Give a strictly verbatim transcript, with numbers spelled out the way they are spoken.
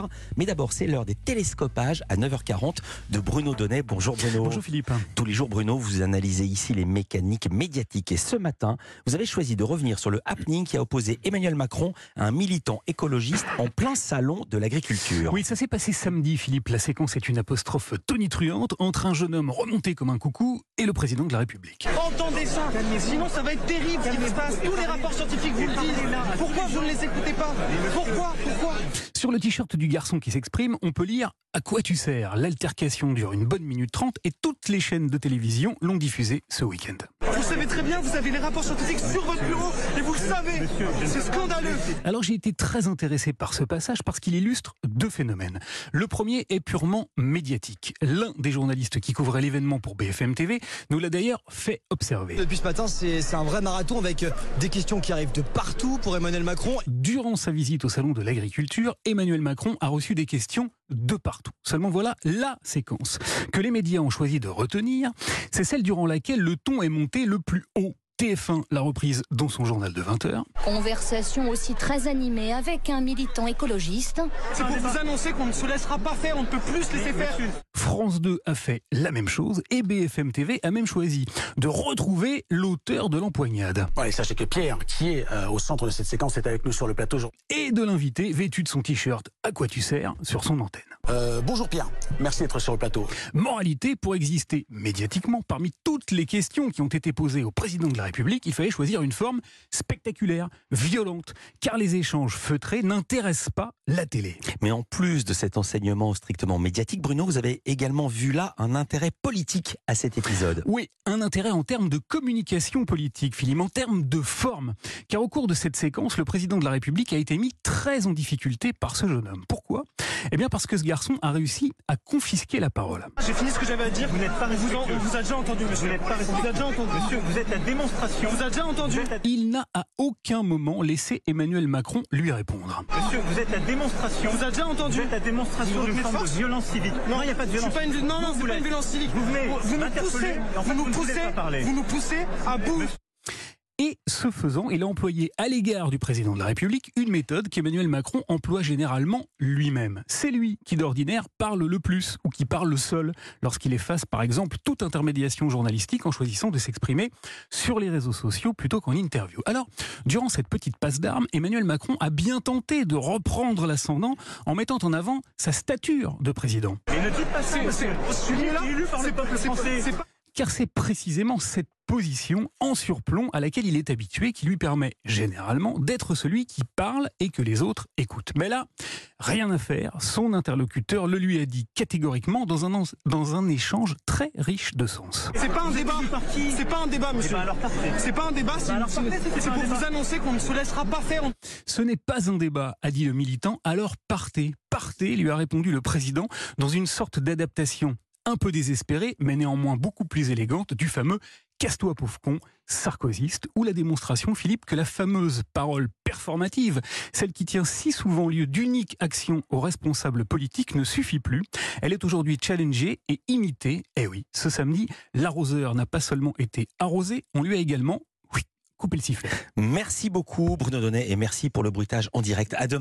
soir. Mais d'abord, c'est l'heure des télescopages à neuf heures quarante de Bruno Donnet. Bonjour Bruno. Bonjour Philippe. Tous les jours, Bruno, vous analysez ici les mécaniques médiatiques. Et ce matin, vous avez choisi de revenir sur le happening qui a opposé Emmanuel Macron à un militant écologiste en plein salon de l'agriculture. Oui, ça s'est passé samedi, Philippe. La séquence est une apostrophe tonitruante entre un jeune homme remonté comme un coucou et le président de la République. Entendez ça, sinon ça va être terrible ce qui se passe. Tous les rapports scientifiques vous le disent. Pourquoi vous ne les écoutez pas? Pourquoi Pourquoi Sur le t-shirt du garçon qui s'exprime, on peut lire « À quoi tu sers ?» L'altercation dure une bonne minute trente et toutes les chaînes de télévision l'ont diffusée ce week-end. Vous savez très bien, vous avez les rapports scientifiques sur votre bureau et vous le savez. C'est scandaleux. Alors j'ai été très intéressé par ce passage parce qu'il illustre deux phénomènes. Le premier est purement médiatique. L'un des journalistes qui couvrait l'événement pour B F M T V nous l'a d'ailleurs fait observer. Depuis ce matin, c'est un vrai marathon avec des questions qui arrivent de partout pour Emmanuel Macron. Durant sa visite au salon de l'agriculture, Emmanuel Macron a reçu des questions de partout. Seulement voilà la séquence que les médias ont choisi de retenir. C'est celle durant laquelle le ton est monté le plus haut. T F un l'a reprise dans son journal de vingt heures. Conversation aussi très animée avec un militant écologiste. C'est pour vous annoncer qu'on ne se laissera pas faire, on ne peut plus se laisser faire. France deux a fait la même chose et B F M T V a même choisi de retrouver l'auteur de l'empoignade. Ouais, sachez que Pierre, qui est euh, au centre de cette séquence, est avec nous sur le plateau. Et de l'inviter vêtu de son t-shirt « À quoi tu sers ?» sur son antenne. Euh, bonjour Pierre, merci d'être sur le plateau. Moralité, pour exister médiatiquement, parmi toutes les questions qui ont été posées au président de la République, il fallait choisir une forme spectaculaire, violente, car les échanges feutrés n'intéressent pas la télé. Mais en plus de cet enseignement strictement médiatique, Bruno, vous avez également vu là un intérêt politique à cet épisode. Oui, un intérêt en termes de communication politique, Philippe, en termes de forme. Car au cours de cette séquence, le président de la République a été mis très en difficulté par ce jeune homme. Pourquoi ? Eh bien parce que ce garçon a réussi à confisquer la parole. J'ai fini ce que j'avais à dire. Vous n'êtes pas respectueux. On vous a déjà entendu, monsieur. Vous n'êtes pas respectueux. Vous avez déjà entendu, monsieur. Vous êtes la démonstration. Vous avez déjà entendu. Il n'a à aucun moment laissé Emmanuel Macron lui répondre. Monsieur, vous êtes la démonstration. Vous avez déjà entendu. Vous êtes la démonstration d'une forme de violence civique. Non, il n'y a pas de violence. Je suis pas une... Non, non, c'est pas une violence civique. Vous venez vous nous poussez, vous nous poussez, vous nous poussez à bout. Et ce faisant, il a employé à l'égard du président de la République une méthode qu'Emmanuel Macron emploie généralement lui-même. C'est lui qui d'ordinaire parle le plus ou qui parle seul lorsqu'il efface par exemple toute intermédiation journalistique en choisissant de s'exprimer sur les réseaux sociaux plutôt qu'en interview. Alors, durant cette petite passe d'armes, Emmanuel Macron a bien tenté de reprendre l'ascendant en mettant en avant sa stature de président. Mais ne dites pas ça, monsieur. Celui-là, élu par le peuple français. Car c'est précisément cette position en surplomb à laquelle il est habitué qui lui permet généralement d'être celui qui parle et que les autres écoutent. Mais là, rien à faire, son interlocuteur le lui a dit catégoriquement dans un, dans un échange très riche de sens. C'est pas un débat, c'est pas un débat, monsieur. C'est pas un débat, c'est pour vous annoncer qu'on ne se laissera pas faire. Ce n'est pas un débat, a dit le militant, alors partez, partez, lui a répondu le président dans une sorte d'adaptation un peu désespérée, mais néanmoins beaucoup plus élégante, du fameux « casse-toi pauvre con » sarkozyste, ou la démonstration, Philippe, que la fameuse parole performative, celle qui tient si souvent lieu d'unique action aux responsables politiques, ne suffit plus. Elle est aujourd'hui challengée et imitée. Eh oui, ce samedi, l'arroseur n'a pas seulement été arrosé, on lui a également, oui, coupé le sifflet. Merci beaucoup Bruno Donnet et merci pour le bruitage en direct. À demain.